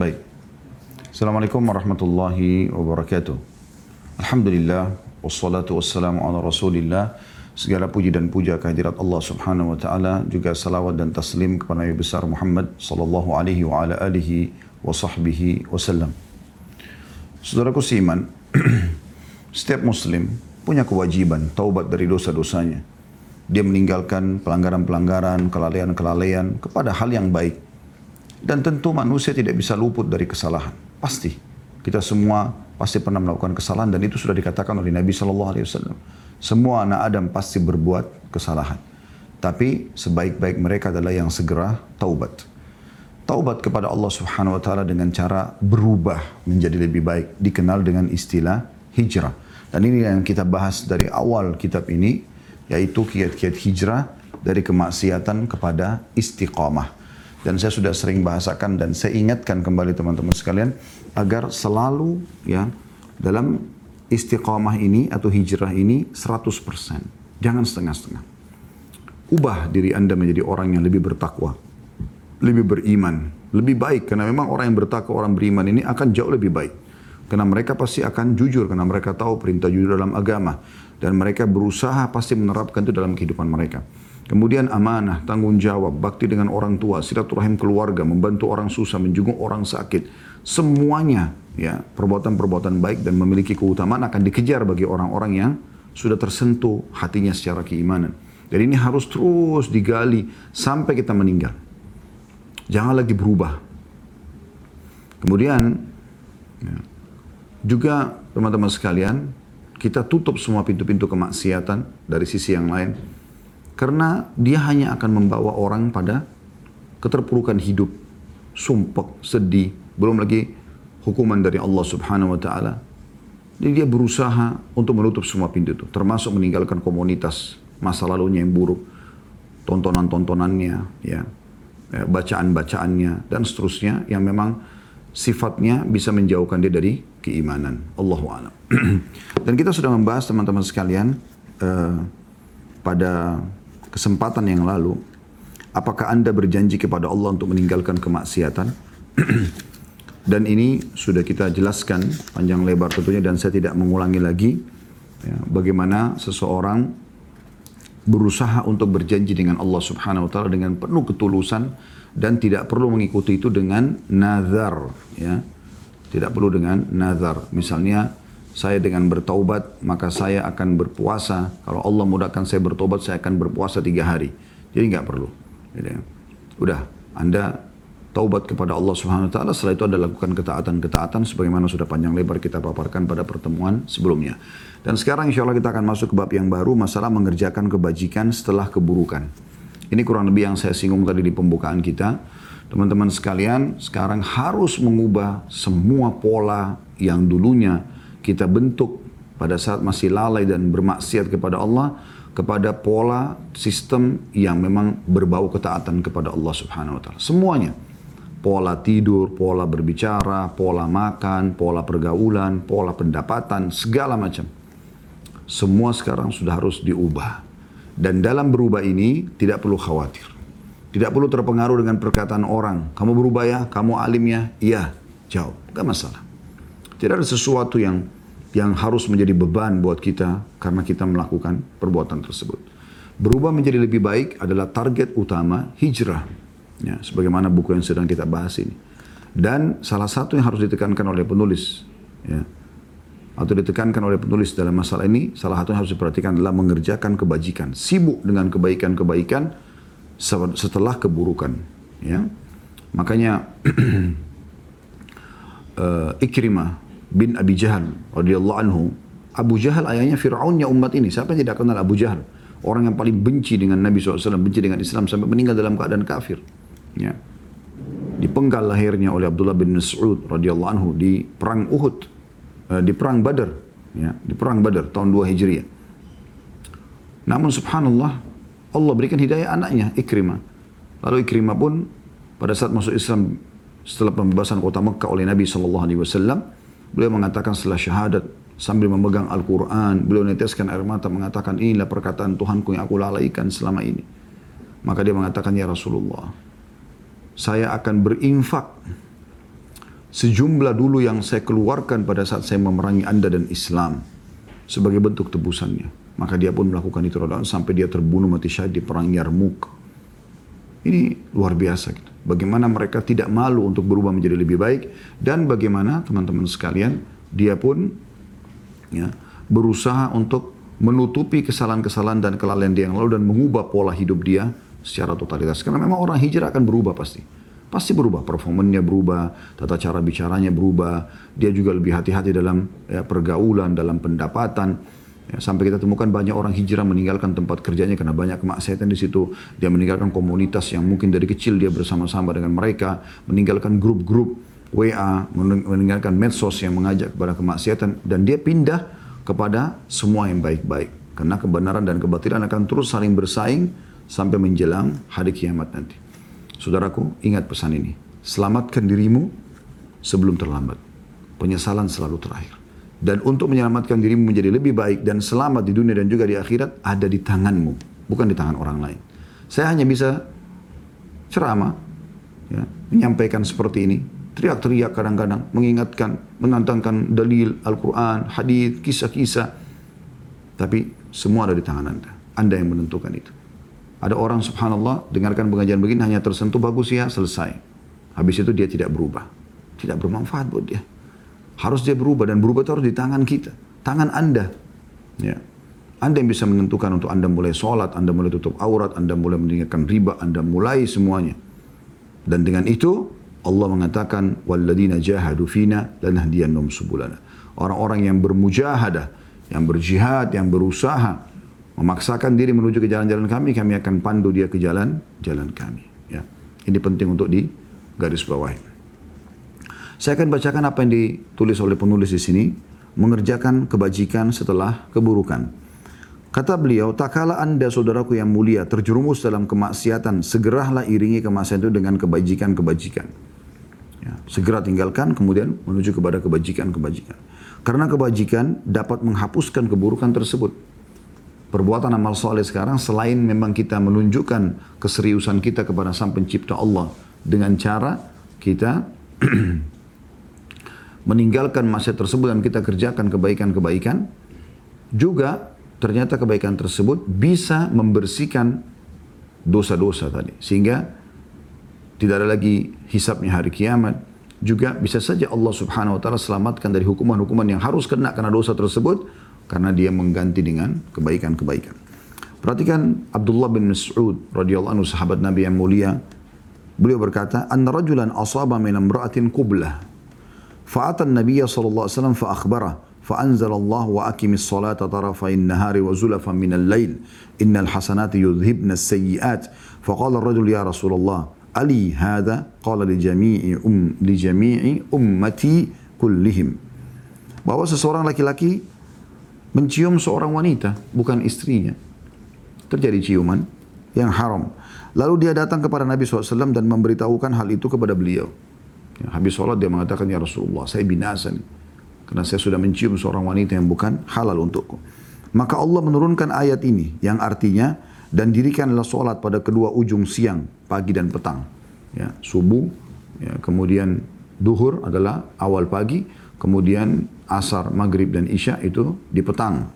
Baik. Assalamualaikum warahmatullahi wabarakatuh. Alhamdulillah, wassalatu wassalamu ala rasulillah. Segala puji dan puja kehadirat Allah subhanahu wa ta'ala. Juga salawat dan taslim kepada Nabi besar Muhammad sallallahu alaihi wa ala alihi wa sahbihi wasallam. Saudaraku seiman, setiap muslim punya kewajiban taubat dari dosa-dosanya. Dia meninggalkan pelanggaran-pelanggaran, kelalaian-kelalaian kepada hal yang baik. Dan tentu manusia tidak bisa luput dari kesalahan. Pasti. Kita semua pasti pernah melakukan kesalahan dan itu sudah dikatakan oleh Nabi SAW. Semua anak Adam pasti berbuat kesalahan. Tapi sebaik-baik mereka adalah yang segera taubat. Taubat kepada Allah Subhanahu wa taala dengan cara berubah menjadi lebih baik, dikenal dengan istilah hijrah. Dan ini yang kita bahas dari awal kitab ini, yaitu kiat-kiat hijrah dari kemaksiatan kepada istiqamah. Dan saya sudah sering bahasakan dan saya ingatkan kembali teman-teman sekalian agar selalu ya dalam istiqamah ini atau hijrah ini 100%. Jangan setengah-setengah. Ubah diri Anda menjadi orang yang lebih bertakwa, lebih beriman, lebih baik. Karena memang orang yang bertakwa, orang beriman ini akan jauh lebih baik. Karena mereka pasti akan jujur, karena mereka tahu perintah jujur dalam agama. Dan mereka berusaha pasti menerapkan itu dalam kehidupan mereka. Kemudian amanah, tanggung jawab, bakti dengan orang tua, silaturahim keluarga, membantu orang susah, menjenguk orang sakit. Semuanya ya perbuatan-perbuatan baik dan memiliki keutamaan akan dikejar bagi orang-orang yang sudah tersentuh hatinya secara keimanan. Dan ini harus terus digali sampai kita meninggal. Jangan lagi berubah. Kemudian ya, juga teman-teman sekalian, kita tutup semua pintu-pintu kemaksiatan dari sisi yang lain. Karena dia hanya akan membawa orang pada keterpurukan hidup, sumpek, sedih, belum lagi hukuman dari Allah Subhanahu wa taala. Jadi dia berusaha untuk menutup semua pintu itu, termasuk meninggalkan komunitas masa lalunya yang buruk, tontonan-tontonannya, ya, bacaan-bacaannya dan seterusnya yang memang sifatnya bisa menjauhkan dia dari keimanan. Allahu a'lam. Dan kita sudah membahas teman-teman sekalian pada kesempatan yang lalu, apakah Anda berjanji kepada Allah untuk meninggalkan kemaksiatan? Dan ini sudah kita jelaskan panjang lebar tentunya dan saya tidak mengulangi lagi ya, bagaimana seseorang berusaha untuk berjanji dengan Allah Subhanahu wa taala dengan penuh ketulusan dan tidak perlu mengikuti itu dengan nazar ya. Tidak perlu dengan nazar. Misalnya saya dengan bertaubat, maka saya akan berpuasa. Kalau Allah mudahkan saya bertaubat, saya akan berpuasa 3 hari. Jadi nggak perlu. Jadi, udah, Anda taubat kepada Allah Subhanahu wa taala, setelah itu Anda lakukan ketaatan-ketaatan sebagaimana sudah panjang lebar kita paparkan pada pertemuan sebelumnya. Dan sekarang insya Allah kita akan masuk ke bab yang baru, masalah mengerjakan kebajikan setelah keburukan. Ini kurang lebih yang saya singgung tadi di pembukaan kita. Teman-teman sekalian, sekarang harus mengubah semua pola yang dulunya kita bentuk pada saat masih lalai dan bermaksiat kepada Allah, kepada pola sistem yang memang berbau ketaatan kepada Allah Subhanahu wa taala. Semuanya. Pola tidur, pola berbicara, pola makan, pola pergaulan, pola pendapatan, segala macam. Semua sekarang sudah harus diubah. Dan dalam berubah ini tidak perlu khawatir. Tidak perlu terpengaruh dengan perkataan orang. Kamu berubah ya? Kamu alim ya? Iya. Jauh. Gak masalah. Tidak ada sesuatu yang harus menjadi beban buat kita karena kita melakukan perbuatan tersebut. Berubah menjadi lebih baik adalah target utama hijrah. Ya, sebagaimana buku yang sedang kita bahas ini. Dan salah satu yang harus ditekankan oleh penulis, ya, atau ditekankan oleh penulis dalam masalah ini, salah satu yang harus diperhatikan adalah mengerjakan kebajikan. Sibuk dengan kebaikan-kebaikan setelah keburukan. Ya. Makanya Ikrimah bin Abi Jahal radhiyallahu anhu, Abu Jahal ayahnya Fir'aunnya umat ini. Siapa yang tidak kenal Abu Jahal? Orang yang paling benci dengan Nabi SAW, benci dengan Islam sampai meninggal dalam keadaan kafir. Ya. Dipenggal lahirnya oleh Abdullah bin Mas'ud radhiyallahu anhu di perang Uhud, di perang Badar, ya, di perang Badar tahun 2 Hijriah. Namun subhanallah, Allah berikan hidayah anaknya Ikrimah. Lalu Ikrimah pun pada saat masuk Islam setelah pembebasan kota Mekah oleh Nabi SAW, beliau mengatakan setelah syahadat sambil memegang Al-Quran, beliau neteskan air mata mengatakan, inilah perkataan Tuhanku yang aku lalaikan selama ini. Maka dia mengatakan, ya Rasulullah, saya akan berinfak sejumlah dulu yang saya keluarkan pada saat saya memerangi anda dan Islam sebagai bentuk tebusannya. Maka dia pun melakukan itu sampai dia terbunuh mati syahid di perang Yarmuk. Ini luar biasa gitu. Bagaimana mereka tidak malu untuk berubah menjadi lebih baik, dan bagaimana teman-teman sekalian dia pun ya, berusaha untuk menutupi kesalahan-kesalahan dan kelalaian dia yang lalu dan mengubah pola hidup dia secara totalitas. Karena memang orang hijrah akan berubah pasti. Pasti berubah, performanya berubah, tata cara bicaranya berubah, dia juga lebih hati-hati dalam ya, pergaulan, dalam pendapatan. Ya, sampai kita temukan banyak orang hijrah meninggalkan tempat kerjanya karena banyak kemaksiatan di situ. Dia meninggalkan komunitas yang mungkin dari kecil dia bersama-sama dengan mereka, meninggalkan grup-grup WA, meninggalkan medsos yang mengajak kepada kemaksiatan, dan dia pindah kepada semua yang baik-baik. Karena kebenaran dan kebatilan akan terus saling bersaing sampai menjelang hari kiamat nanti. Saudaraku, ingat pesan ini. Selamatkan dirimu sebelum terlambat. Penyesalan selalu terakhir. Dan untuk menyelamatkan dirimu menjadi lebih baik dan selamat di dunia dan juga di akhirat ada di tanganmu, bukan di tangan orang lain. Saya hanya bisa ceramah, ya, menyampaikan seperti ini, teriak-teriak kadang-kadang, mengingatkan, menantangkan dalil Al-Quran, hadis, kisah-kisah. Tapi semua ada di tangan Anda. Anda yang menentukan itu. Ada orang subhanallah dengarkan pengajian begini hanya tersentuh, bagus ya, selesai. Habis itu dia tidak berubah. Tidak bermanfaat buat dia. Harus dia berubah, dan berubah itu harus di tangan kita. Tangan Anda. Ya. Anda yang bisa menentukan untuk Anda mulai sholat, Anda mulai tutup aurat, Anda mulai meninggalkan riba, Anda mulai semuanya. Dan dengan itu Allah mengatakan walladzina jahadu fina lanahdiyannahum subulana. Orang-orang yang bermujahadah, yang berjihad, yang berusaha memaksakan diri menuju ke jalan-jalan kami, kami akan pandu dia ke jalan-jalan kami. Ya. Ini penting untuk digarisbawahi. Saya akan bacakan apa yang ditulis oleh penulis di sini, mengerjakan kebajikan setelah keburukan. Kata beliau, tak kala anda saudaraku yang mulia terjerumus dalam kemaksiatan, segeralah iringi kemaksiatan itu dengan kebajikan-kebajikan. Ya, segera tinggalkan, kemudian menuju kepada kebajikan-kebajikan. Karena kebajikan dapat menghapuskan keburukan tersebut. Perbuatan amal soleh sekarang selain memang kita menunjukkan keseriusan kita kepada Sang Pencipta Allah dengan cara kita meninggalkan maksiat tersebut dan kita kerjakan kebaikan-kebaikan, juga ternyata kebaikan tersebut bisa membersihkan dosa-dosa tadi. Sehingga tidak ada lagi hisabnya hari kiamat. Juga bisa saja Allah subhanahu wa ta'ala selamatkan dari hukuman-hukuman yang harus kena karena dosa tersebut, karena dia mengganti dengan kebaikan-kebaikan. Perhatikan Abdullah bin Mas'ud radhiyallahu anhu, sahabat Nabi yang mulia. Beliau berkata, "Anna rajulan asaba min imra'atin qublah. Fa'ata an-nabiy sallallahu alaihi wasallam fa akhbara, fa anzala Allah wa aqimis salata tarafay an-nahari wa zulafan min al-lail. Innal hasanati yudhhibna as-sayyi'at." Faqala ar-rajul ya Rasulullah, "Ali hadha?" Qala li jami'i ummati kullihim. Bahwa seseorang laki-laki mencium seorang wanita, bukan istrinya. Terjadi ciuman yang haram. Lalu dia datang kepada Nabi SAW dan memberitahukan hal itu kepada beliau. Ya, habis sholat dia mengatakan, "Ya Rasulullah, saya binasa nih. Karena saya sudah mencium seorang wanita yang bukan halal untukku." Maka Allah menurunkan ayat ini yang artinya, dan dirikanlah sholat pada kedua ujung siang, pagi dan petang. Ya, subuh, ya, kemudian duhur adalah awal pagi, kemudian asar, maghrib dan isya itu di petang.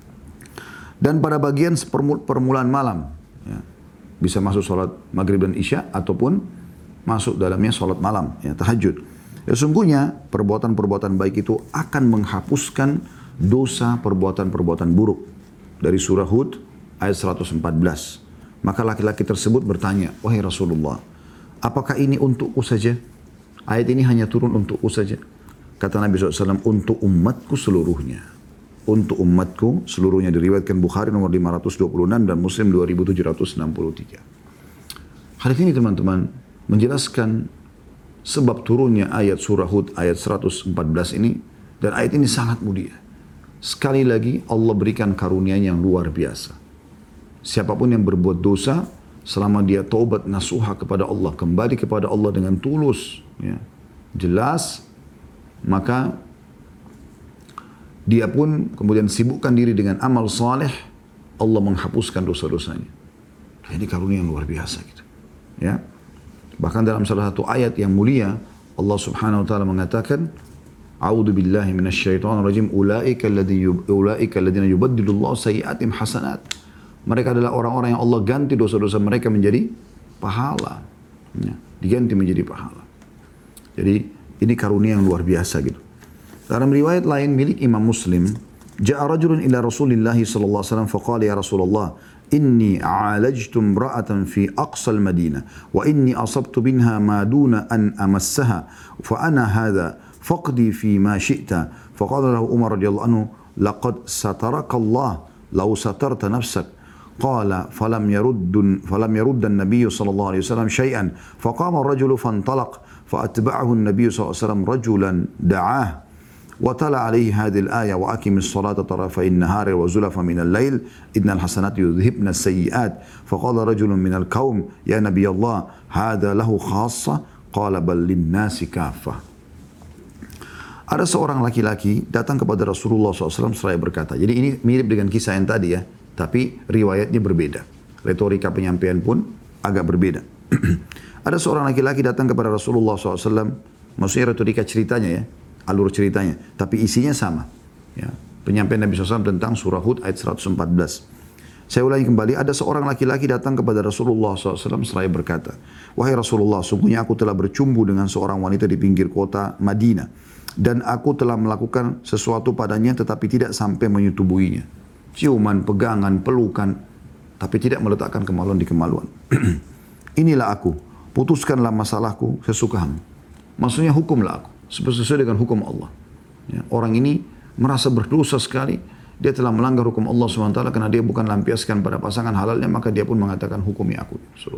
Dan pada bagian permulaan malam, ya, bisa masuk sholat maghrib dan isya ataupun masuk dalamnya sholat malam, ya, tahajud. Ya, sungguhnya perbuatan-perbuatan baik itu akan menghapuskan dosa perbuatan-perbuatan buruk. Dari surah Hud ayat 114. Maka laki-laki tersebut bertanya, "Wahai Rasulullah, apakah ini untukku saja? Ayat ini hanya turun untukku saja?" Kata Nabi SAW, "Untuk umatku seluruhnya." Untuk umatku seluruhnya, diriwayatkan Bukhari nomor 526 dan Muslim 2763. Hadis ini teman-teman menjelaskan sebab turunnya ayat surah Hud ayat 114 ini, dan ayat ini sangat mulia. Sekali lagi Allah berikan karunia yang luar biasa. Siapapun yang berbuat dosa, selama dia taubat nasuha kepada Allah, kembali kepada Allah dengan tulus, ya, jelas, maka dia pun kemudian sibukkan diri dengan amal saleh, Allah menghapuskan dosa-dosanya. Ini karunia yang luar biasa gitu. Ya. Bahkan dalam salah satu ayat yang mulia, Allah Subhanahu wa taala mengatakan, A'udzu billahi minasyaitonir rajim, ulaika alladziina yubaddilullahu sayyi'atihim hasanat. Mereka adalah orang-orang yang Allah ganti dosa-dosa mereka menjadi pahala. Ya, diganti menjadi pahala. Jadi ini karunia yang luar biasa gitu. Dalam riwayat lain milik Imam Muslim, ja'a rajulun ila Rasulillah sallallahu alaihi wasallam faqala ya Rasulullah, inni a'alajtu imra'atan fi aqsal Madinah wa inni asabtu minha ma duna an amassaha fa ana hadha faqdi fi ma syi'ta. Faqala lahu Umar radhiyallahu anhu, laqad sataraka Allah law satarta nafsak. قال فلم يرد النبي صلى الله عليه وسلم شيئا فقام الرجل فانطلق فأتبعه النبي صلى الله عليه وسلم رجلا دعاه وتلا عليه هذه الآية وأقم الصلاة طرفي النهار وزلفا من الليل إن الحسنات يذهبن السيئات فقال رجل من القوم يا نبي الله هذا له خاصة قال بل للناس كافة. Ada seorang laki-laki datang kepada Rasulullah SAW seraya berkata, jadi ini mirip dengan kisah yang tadi ya, tapi riwayatnya berbeda. Retorika penyampaian pun agak berbeda. Ada seorang laki-laki datang kepada Rasulullah SAW, maksudnya retorika ceritanya ya, alur ceritanya, tapi isinya sama. Ya, penyampaian Nabi SAW tentang surah Hud ayat 114. Saya ulangi kembali, ada seorang laki-laki datang kepada Rasulullah SAW seraya berkata, wahai Rasulullah, sungguhnya aku telah bercumbu dengan seorang wanita di pinggir kota Madinah. Dan aku telah melakukan sesuatu padanya tetapi tidak sampai menyetubuhinya. Ciuman, pegangan, pelukan, tapi tidak meletakkan kemaluan di kemaluan. Inilah aku, putuskanlah masalahku sesukamu. Maksudnya hukumlah aku, sesuai dengan hukum Allah. Ya, orang ini merasa berdosa sekali, dia telah melanggar hukum Allah SWT karena dia bukan lampiaskan pada pasangan halalnya, maka dia pun mengatakan hukumi aku.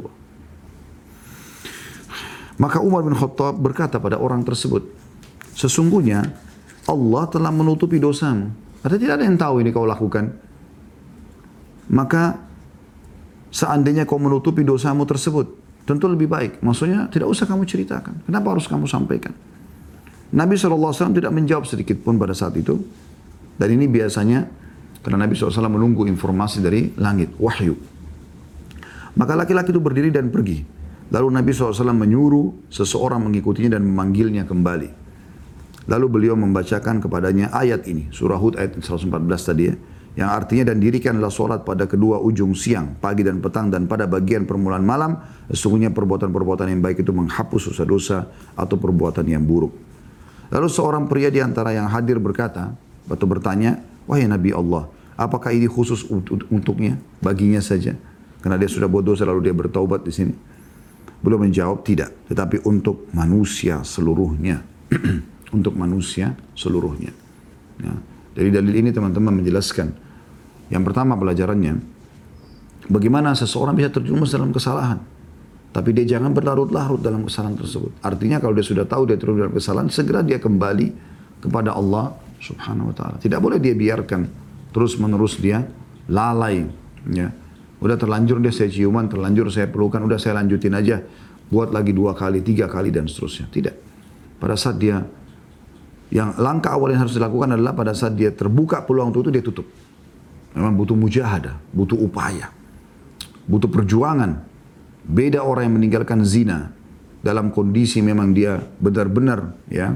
Maka Umar bin Khattab berkata pada orang tersebut, sesungguhnya Allah telah menutupi dosamu. Ada tidak ada yang tahu ini kau lakukan. Maka seandainya kau menutupi dosamu tersebut, tentu lebih baik. Maksudnya tidak usah kamu ceritakan. Kenapa harus kamu sampaikan? Nabi SAW tidak menjawab sedikit pun pada saat itu. Dan ini biasanya karena Nabi SAW menunggu informasi dari langit, wahyu. Maka laki-laki itu berdiri dan pergi. Lalu Nabi SAW menyuruh seseorang mengikutinya dan memanggilnya kembali. Lalu beliau membacakan kepadanya ayat ini, surah Hud ayat 114 tadi ya, yang artinya dan dirikanlah solat pada kedua ujung siang, pagi dan petang dan pada bagian permulaan malam, sesungguhnya perbuatan-perbuatan yang baik itu menghapus dosa-dosa atau perbuatan yang buruk. Lalu seorang pria di antara yang hadir berkata, atau bertanya, wahai Nabi Allah, apakah ini khusus untuknya, baginya saja? Karena dia sudah berdosa lalu dia bertaubat di sini. Beliau menjawab, tidak, tetapi untuk manusia seluruhnya. Untuk manusia seluruhnya. Ya. Dari dalil ini teman-teman menjelaskan. Yang pertama pelajarannya, bagaimana seseorang bisa terjerumus dalam kesalahan. Tapi dia jangan berlarut-larut dalam kesalahan tersebut. Artinya kalau dia sudah tahu dia terjerumus dalam kesalahan, segera dia kembali kepada Allah Subhanahu wa ta'ala. Tidak boleh dia biarkan terus-menerus dia lalai. Ya. Udah terlanjur dia saya ciuman, terlanjur saya pelukan, udah saya lanjutin aja. Buat lagi 2 kali, 3 kali dan seterusnya. Tidak. Pada saat dia yang langkah awal yang harus dilakukan adalah pada saat dia terbuka peluang itu dia tutup. Memang butuh mujahadah, butuh upaya, butuh perjuangan. Beda orang yang meninggalkan zina dalam kondisi memang dia benar-benar ya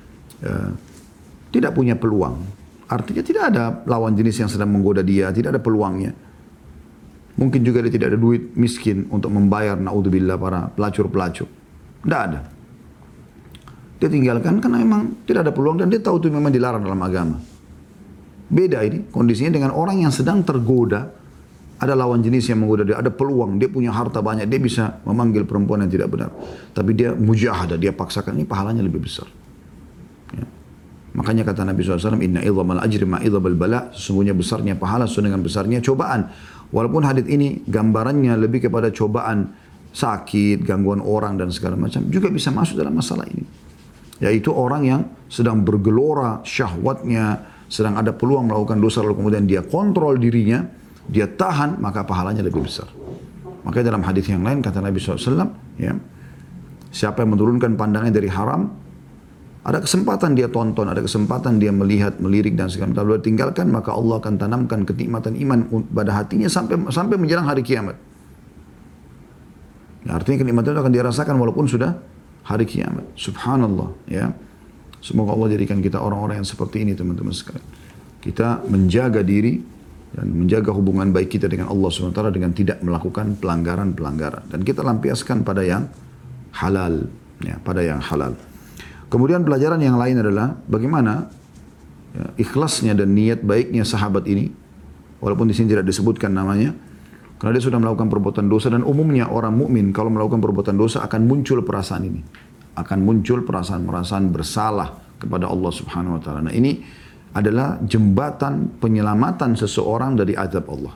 tidak punya peluang. Artinya tidak ada lawan jenis yang sedang menggoda dia, tidak ada peluangnya. Mungkin juga dia tidak ada duit, miskin untuk membayar naudzubillah para pelacur-pelacur. Tidak ada. Dia tinggalkan karena memang tidak ada peluang dan dia tahu itu memang dilarang dalam agama. Beda ini kondisinya dengan orang yang sedang tergoda. Ada lawan jenis yang menggoda dia, ada peluang, dia punya harta banyak, dia bisa memanggil perempuan yang tidak benar. Tapi dia mujahadah, dia paksakan, ini pahalanya lebih besar. Ya. Makanya kata Nabi SAW, Inna idhamal ajri ma'idhabal bala, sesungguhnya besarnya pahala sesuai dengan besarnya cobaan. Walaupun hadits ini gambarannya lebih kepada cobaan sakit, gangguan orang dan segala macam, juga bisa masuk dalam masalah ini. Yaitu orang yang sedang bergelora syahwatnya, sedang ada peluang melakukan dosa lalu kemudian dia kontrol dirinya, dia tahan, maka pahalanya lebih besar. Makanya dalam hadis yang lain kata Nabi SAW, ya, siapa yang menurunkan pandangannya dari haram, ada kesempatan dia tonton, ada kesempatan dia melihat, melirik dan segala macam. Lalu tinggalkan, maka Allah akan tanamkan kenikmatan iman pada hatinya sampai menjelang hari kiamat. Ya, artinya kenikmatan itu akan dirasakan walaupun sudah hari kiamat. Subhanallah, ya. Semoga Allah jadikan kita orang-orang yang seperti ini, teman-teman sekalian. Kita menjaga diri dan menjaga hubungan baik kita dengan Allah SWT dengan tidak melakukan pelanggaran-pelanggaran. Dan kita lampiaskan pada yang halal, ya, pada yang halal. Kemudian pelajaran yang lain adalah bagaimana ya, ikhlasnya dan niat baiknya sahabat ini, walaupun di sini tidak disebutkan namanya, karena dia sudah melakukan perbuatan dosa, dan umumnya orang mukmin kalau melakukan perbuatan dosa akan muncul perasaan ini. Akan muncul perasaan bersalah kepada Allah Subhanahu wa taala. Nah, ini adalah jembatan penyelamatan seseorang dari azab Allah.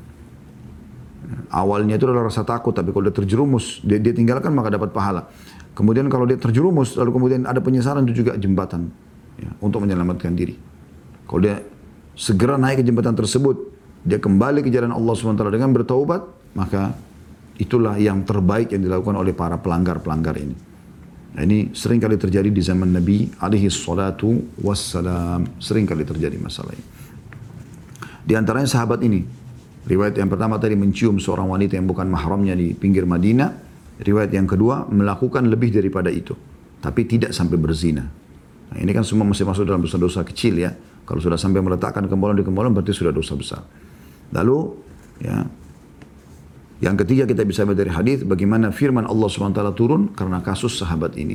Awalnya itu adalah rasa takut, tapi kalau dia terjerumus, dia tinggalkan maka dapat pahala. Kemudian kalau dia terjerumus, lalu kemudian ada penyesalan, itu juga jembatan ya, untuk menyelamatkan diri. Kalau dia segera naik ke jembatan tersebut, dia kembali ke jalan Allah SWT dengan bertaubat, maka itulah yang terbaik yang dilakukan oleh para pelanggar-pelanggar ini. Nah, ini sering kali terjadi di zaman Nabi alaihi salatu wassalam. Sering kali terjadi masalah ini. Di antaranya sahabat ini. Riwayat yang pertama tadi mencium seorang wanita yang bukan mahramnya di pinggir Madinah. Riwayat yang kedua melakukan lebih daripada itu. Tapi tidak sampai berzina. Nah, ini kan semua masih masuk dalam dosa-dosa kecil ya. Kalau sudah sampai meletakkan kemaluan di kemaluan berarti sudah dosa besar. Lalu ya, yang ketiga kita bisa melihat dari hadis bagaimana firman Allah SWT turun karena kasus sahabat ini.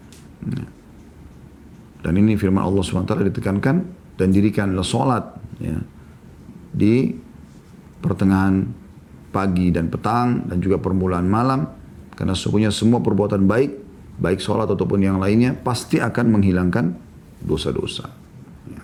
Dan ini firman Allah SWT ditekankan dan dirikanlah solat ya, di pertengahan pagi dan petang dan juga permulaan malam. Karena sesungguhnya semua perbuatan baik, baik solat ataupun yang lainnya, pasti akan menghilangkan dosa-dosa. Ya.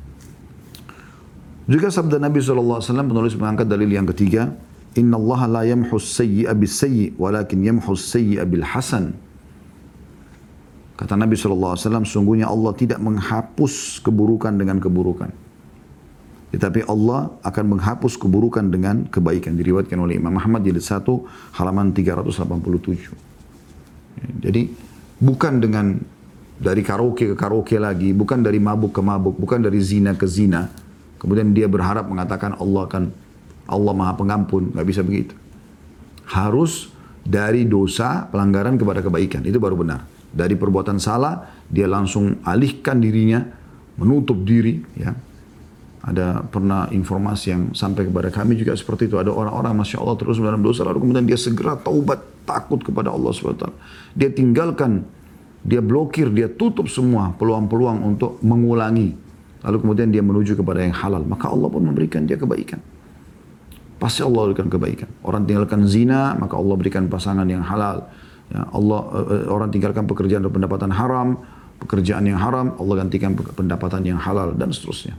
Juga sabda Nabi SAW, penulis mengangkat dalil yang ketiga, Inna Allah la yamhus sayyi'a bis sayyi' walakin yamhus sayyi'a bil hasan. Kata Nabi SAW, sungguhnya Allah tidak menghapus keburukan dengan keburukan. Tetapi Allah akan menghapus keburukan dengan kebaikan. Diriwayatkan oleh Imam Ahmad jilid 1 halaman 387. Jadi bukan dengan dari karaoke ke karaoke lagi, bukan dari mabuk ke mabuk, bukan dari zina ke zina. Kemudian dia berharap mengatakan Allah Maha Pengampun, nggak bisa begitu. Harus dari dosa pelanggaran kepada kebaikan, itu baru benar. Dari perbuatan salah dia langsung alihkan dirinya, menutup diri. Ya, ada pernah informasi yang sampai kepada kami juga seperti itu. Ada orang-orang masya Allah terus dalam dosa, lalu kemudian dia segera taubat, takut kepada Allah SWT. Dia tinggalkan, dia blokir, dia tutup semua peluang-peluang untuk mengulangi. Lalu kemudian dia menuju kepada yang halal, maka Allah pun memberikan dia kebaikan. Pasti Allah berikan kebaikan. Orang tinggalkan zina, maka Allah berikan pasangan yang halal. Ya, orang tinggalkan pekerjaan dan pendapatan haram, pekerjaan yang haram, Allah gantikan pendapatan yang halal, dan seterusnya.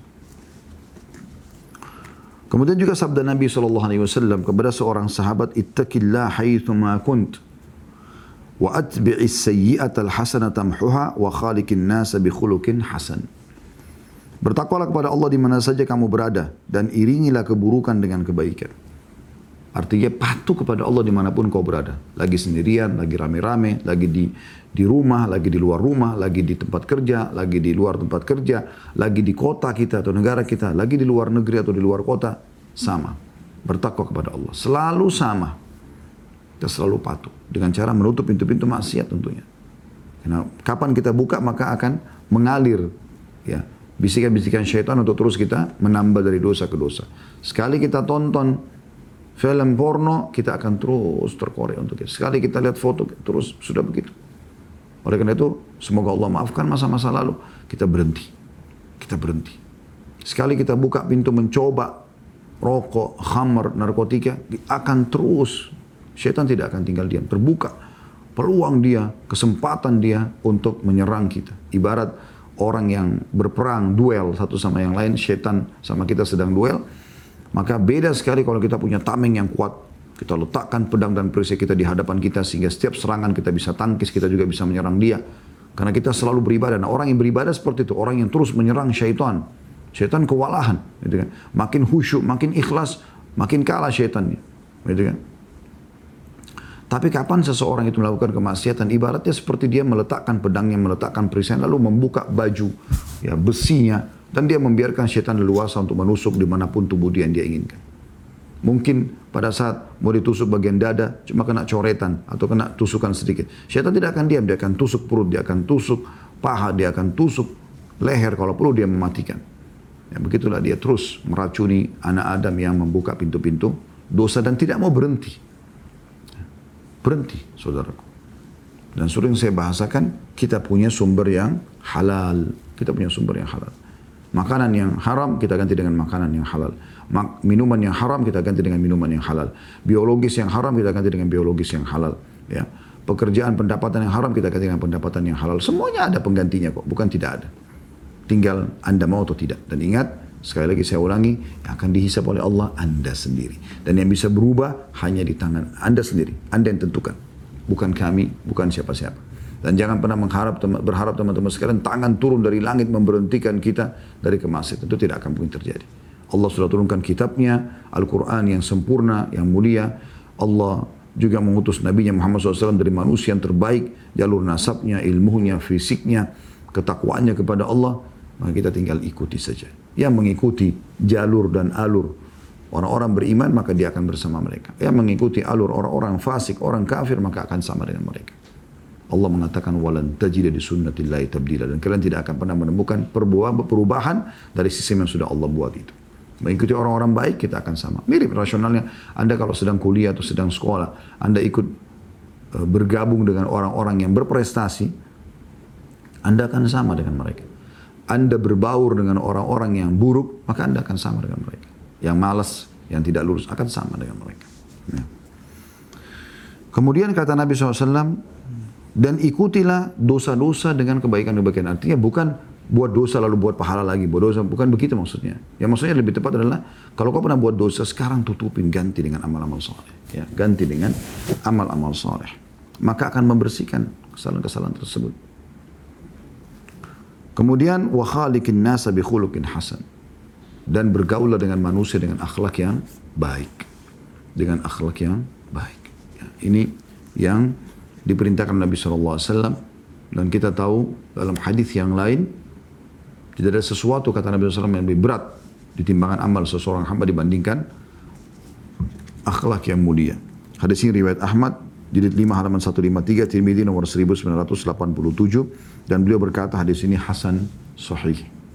Kemudian juga sabda Nabi SAW kepada seorang sahabat, Ittaqillah haithuma kunt, wa atbi'is sayyi'atal hasanata tamhuha, wa khaliqin nasa bi khuluqin hasan. Bertakwalah kepada Allah di mana saja kamu berada dan iringilah keburukan dengan kebaikan. Artinya patuh kepada Allah dimanapun kau berada. Lagi sendirian, lagi rame-rame, lagi di rumah, lagi di luar rumah, lagi di tempat kerja, lagi di luar tempat kerja, lagi di kota kita atau negara kita, lagi di luar negeri atau di luar kota, sama. Bertakwa kepada Allah. Selalu sama. Kita selalu patuh. Dengan cara menutup pintu-pintu maksiat tentunya. Karena kapan kita buka maka akan mengalir. Ya. Bisikan-bisikan syaitan untuk terus kita menambah dari dosa ke dosa. Sekali kita tonton film porno, kita akan terus terkorek untuk itu. Sekali kita lihat foto, terus sudah begitu. Oleh karena itu, semoga Allah maafkan masa-masa lalu. Kita berhenti. Kita berhenti. Sekali kita buka pintu mencoba rokok, khamar, narkotika, akan terus. Syaitan tidak akan tinggal diam. Terbuka peluang dia, kesempatan dia untuk menyerang kita. Ibarat orang yang berperang, duel satu sama yang lain, syaitan sama kita sedang duel, maka beda sekali kalau kita punya tameng yang kuat. Kita letakkan pedang dan perisai kita di hadapan kita sehingga setiap serangan kita bisa tangkis, kita juga bisa menyerang dia. Karena kita selalu beribadah. Nah, orang yang beribadah seperti itu, orang yang terus menyerang syaitan. Syaitan kewalahan, gitu kan. Makin khusyuk, makin ikhlas, makin kalah syaitannya, gitu kan. Tapi kapan seseorang itu melakukan kemaksiatan, ibaratnya seperti dia meletakkan pedangnya, meletakkan perisai, lalu membuka baju, ya, besinya, dan dia membiarkan syaitan leluasa untuk menusuk dimanapun tubuh dia yang dia inginkan. Mungkin pada saat mau ditusuk bagian dada, cuma kena coretan atau kena tusukan sedikit. Syaitan tidak akan diam, dia akan tusuk perut, dia akan tusuk paha, dia akan tusuk leher, kalau perlu dia mematikan. Ya, begitulah dia terus meracuni anak Adam yang membuka pintu-pintu dosa dan tidak mau berhenti. Berhenti, saudaraku. Dan sering saya bahasakan, kita punya sumber yang halal. Kita punya sumber yang halal. Makanan yang haram kita ganti dengan makanan yang halal. Minuman yang haram kita ganti dengan minuman yang halal. Biologis yang haram kita ganti dengan biologis yang halal. Ya. Pekerjaan pendapatan yang haram kita ganti dengan pendapatan yang halal. Semuanya ada penggantinya kok, bukan tidak ada. Tinggal Anda mau atau tidak. Dan ingat, sekali lagi saya ulangi, yang akan dihisab oleh Allah Anda sendiri. Dan yang bisa berubah hanya di tangan Anda sendiri. Anda yang tentukan. Bukan kami, bukan siapa-siapa. Dan jangan pernah berharap teman-teman sekalian tangan turun dari langit memberhentikan kita dari kemaksiatan. Itu tidak akan mungkin terjadi. Allah sudah turunkan kitabnya, Al-Quran yang sempurna, yang mulia. Allah juga mengutus Nabi-Nya Muhammad SAW dari manusia yang terbaik. Jalur nasabnya, ilmunya, fisiknya, ketakwaannya kepada Allah. Maka kita tinggal ikuti saja. Yang mengikuti jalur dan alur orang-orang beriman, maka dia akan bersama mereka. Yang mengikuti alur orang-orang fasik, orang kafir, maka akan sama dengan mereka. Allah mengatakan walan tajida di sunnatillahi tabdila, dan kalian tidak akan pernah menemukan perubahan dari sistem yang sudah Allah buat itu. Mengikuti orang-orang baik kita akan sama. Mirip rasionalnya Anda kalau sedang kuliah atau sedang sekolah, Anda ikut bergabung dengan orang-orang yang berprestasi, Anda akan sama dengan mereka. Anda berbaur dengan orang-orang yang buruk, maka Anda akan sama dengan mereka. Yang malas, yang tidak lurus akan sama dengan mereka. Ya. Kemudian kata Nabi SAW, dan ikutilah dosa-dosa dengan kebaikan-kebaikan. Artinya bukan buat dosa lalu buat pahala lagi. Buat dosa, bukan begitu maksudnya. Yang maksudnya lebih tepat adalah, kalau kau pernah buat dosa, sekarang tutupin, ganti dengan amal-amal soleh. Ya, ganti dengan amal-amal soleh. Maka akan membersihkan kesalahan-kesalahan tersebut. Kemudian, wa khaliqin nasa bi khuluqin hasan. Dan bergaulah dengan manusia dengan akhlak yang baik. Dengan akhlak yang baik. Ya, ini yang diperintahkan Nabi SAW, dan kita tahu dalam hadis yang lain tidak ada sesuatu kata Nabi SAW yang lebih berat ditimbangkan amal seseorang hamba dibandingkan akhlak yang mulia. Hadis ini riwayat Ahmad jilid 5 halaman 153, Tirmidzi nomor 1987, dan beliau berkata hadis ini hasan sahih.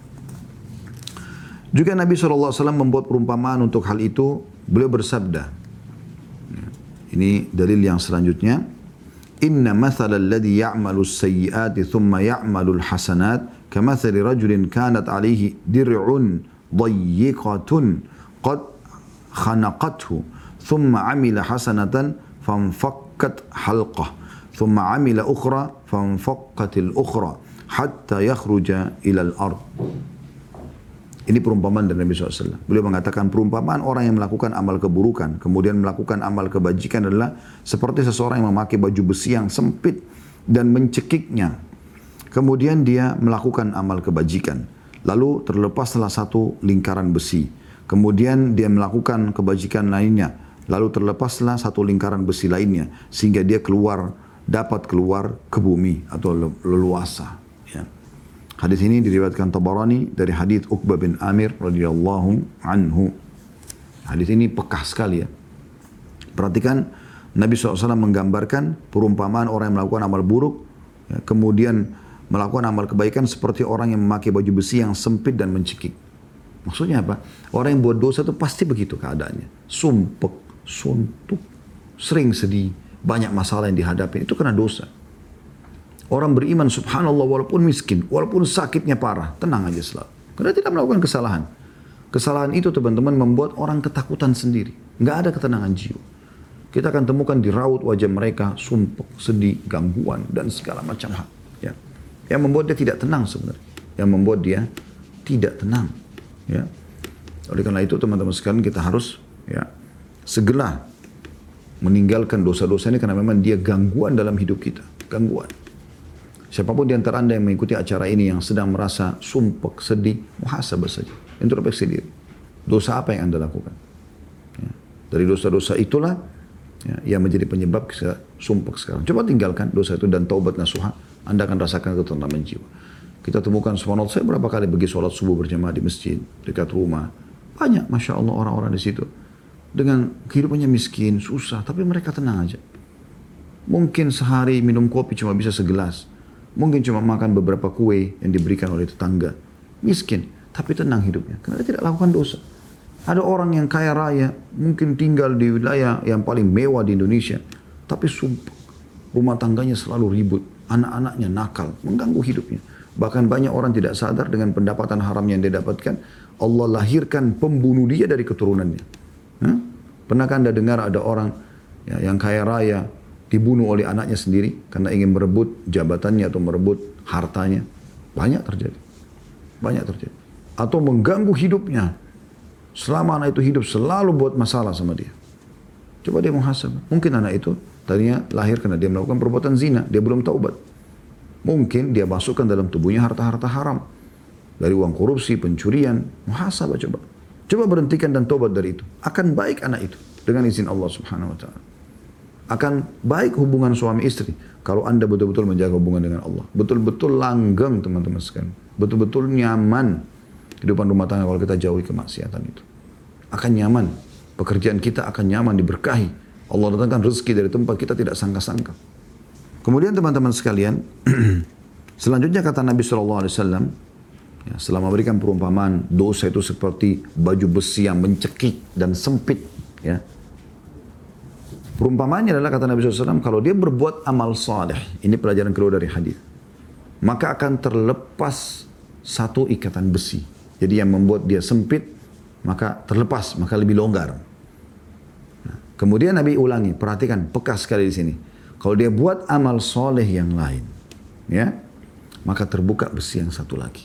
Juga Nabi SAW membuat perumpamaan untuk hal itu. Beliau bersabda, ini dalil yang selanjutnya, Inna mathala alladhi ya'malu as-sayyi'ati thumma ya'malu al-hasanat kamathali rajulin kanat alayhi dir'un dayyiqatun qad khanaqathu thumma 'amila hasanatan fanfakkat halqah thumma 'amila ukhra fanfakkatil ukhra hatta yakhruja ila al-ard. Ini perumpamaan dari Nabi SAW. Beliau mengatakan perumpamaan orang yang melakukan amal keburukan, kemudian melakukan amal kebajikan adalah seperti seseorang yang memakai baju besi yang sempit dan mencekiknya. Kemudian dia melakukan amal kebajikan. Lalu terlepas salah satu lingkaran besi. Kemudian dia melakukan kebajikan lainnya. Lalu terlepaslah satu lingkaran besi lainnya. Sehingga dia dapat keluar ke bumi atau leluasa. Ya. Hadis ini diriwayatkan Tabarani dari hadis Uqbah bin Amir radhiyallahu anhu. Hadis ini pekah sekali ya. Perhatikan Nabi SAW menggambarkan perumpamaan orang yang melakukan amal buruk, ya, kemudian melakukan amal kebaikan seperti orang yang memakai baju besi yang sempit dan mencekik. Maksudnya apa? Orang yang buat dosa itu pasti begitu keadaannya. Sumpek, suntuk, sering sedih, banyak masalah yang dihadapi. Itu karena dosa. Orang beriman subhanallah walaupun miskin, walaupun sakitnya parah, tenang aja selalu. Karena tidak melakukan kesalahan. Kesalahan itu teman-teman membuat orang ketakutan sendiri. Nggak ada ketenangan jiwa. Kita akan temukan di raut wajah mereka sumpek, sedih, gangguan, dan segala macam hal. Ya. Yang membuat dia tidak tenang sebenarnya. Yang membuat dia tidak tenang. Ya. Oleh karena itu teman-teman sekalian kita harus ya, segera meninggalkan dosa-dosa ini karena memang dia gangguan dalam hidup kita. Gangguan. Siapapun di antara Anda yang mengikuti acara ini yang sedang merasa sumpek, sedih, muhasabah saja. Introspeksi diri. Dosa apa yang Anda lakukan? Ya. Dari dosa-dosa itulah ya, yang menjadi penyebab sumpek sekarang. Coba tinggalkan dosa itu dan taubat nasuha. Anda akan rasakan ketenangan jiwa. Kita temukan subhanallah, saya berapa kali pergi sholat subuh berjamaah di masjid, dekat rumah. Banyak, Masya Allah orang-orang di situ. dengan kehidupannya miskin, susah, tapi mereka tenang aja. Mungkin sehari minum kopi cuma bisa segelas. Mungkin cuma makan beberapa kue yang diberikan oleh tetangga. Miskin, tapi tenang hidupnya. Karena dia tidak lakukan dosa. Ada orang yang kaya raya, mungkin tinggal di wilayah yang paling mewah di Indonesia. Tapi sumpah, rumah tangganya selalu ribut. Anak-anaknya nakal, mengganggu hidupnya. Bahkan banyak orang tidak sadar dengan pendapatan haram yang dia dapatkan. Allah lahirkan pembunuh dia dari keturunannya. Pernahkah Anda dengar ada orang yang kaya raya, dibunuh oleh anaknya sendiri karena ingin merebut jabatannya atau merebut hartanya? Banyak terjadi. Banyak terjadi. Atau mengganggu hidupnya. Selama anak itu hidup selalu buat masalah sama dia. Coba dia muhasabah. Mungkin anak itu tadinya lahir karena dia melakukan perbuatan zina. Dia belum taubat. Mungkin dia masukkan dalam tubuhnya harta-harta haram. Dari uang korupsi, pencurian. Muhasabah coba. Coba berhentikan dan taubat dari itu. Akan baik anak itu. Dengan izin Allah subhanahu wa ta'ala. Akan baik hubungan suami istri. Kalau Anda betul-betul menjaga hubungan dengan Allah. Betul-betul langgeng teman-teman sekalian. Betul-betul nyaman. Kehidupan rumah tangga kalau kita jauhi kemaksiatan itu. Akan nyaman. Pekerjaan kita akan nyaman, diberkahi. Allah datangkan rezeki dari tempat kita tidak sangka-sangka. Kemudian teman-teman sekalian. Selanjutnya kata Nabi SAW. Ya, setelah memberikan perumpamaan. Dosa itu seperti baju besi yang mencekik dan sempit. Ya. Perumpamaannya adalah kata Nabi SAW, kalau dia berbuat amal saleh, ini pelajaran kedua dari hadis, maka akan terlepas satu ikatan besi. Jadi yang membuat dia sempit, maka terlepas, maka lebih longgar. Nah, kemudian Nabi ulangi, perhatikan, peka sekali di sini. Kalau dia buat amal saleh yang lain, ya, maka terbuka besi yang satu lagi.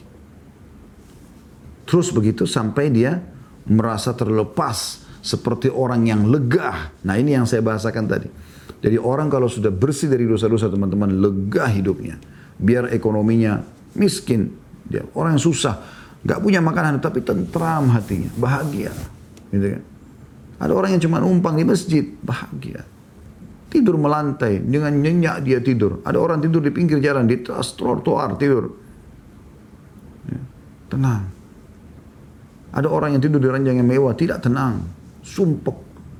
Terus begitu sampai dia merasa terlepas. Seperti orang yang lega. Nah ini yang saya bahasakan tadi. Jadi orang kalau sudah bersih dari dosa-dosa teman-teman, lega hidupnya. Biar ekonominya miskin. Dia orang yang susah. Gak punya makanan tapi tentram hatinya. Bahagia. Gitu kan. Ada orang yang cuma numpang di masjid. Bahagia. Tidur melantai. Dengan nyenyak dia tidur. Ada orang tidur di pinggir jalan. Di trotoar tidur. Ya, tenang. Ada orang yang tidur di ranjang yang mewah. Tidak tenang. Sumpek.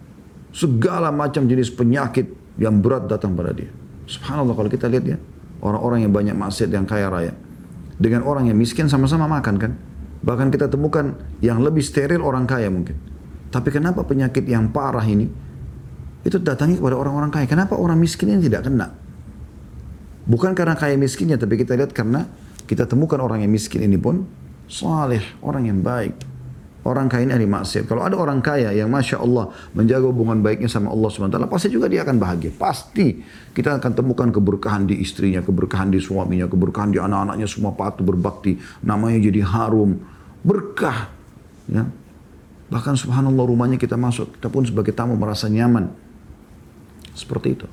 Segala macam jenis penyakit yang berat datang pada dia. Subhanallah kalau kita lihat ya. Orang-orang yang banyak maksiat yang kaya raya. Dengan orang yang miskin sama-sama makan kan. Bahkan kita temukan yang lebih steril orang kaya mungkin. Tapi kenapa penyakit yang parah ini. Itu datangi kepada orang-orang kaya. Kenapa orang miskin ini tidak kena. Bukan karena kaya miskinnya. Tapi kita lihat karena kita temukan orang yang miskin ini pun. Saleh. Orang yang baik. Orang kaya ini ahli maksiat. Kalau ada orang kaya yang Masya Allah menjaga hubungan baiknya sama Allah SWT, pasti juga dia akan bahagia. Pasti kita akan temukan keberkahan di istrinya, keberkahan di suaminya, keberkahan di anak-anaknya, semua patuh berbakti. Namanya jadi harum. Berkah. Ya. Bahkan subhanallah rumahnya kita masuk, kita pun sebagai tamu merasa nyaman. Seperti itu.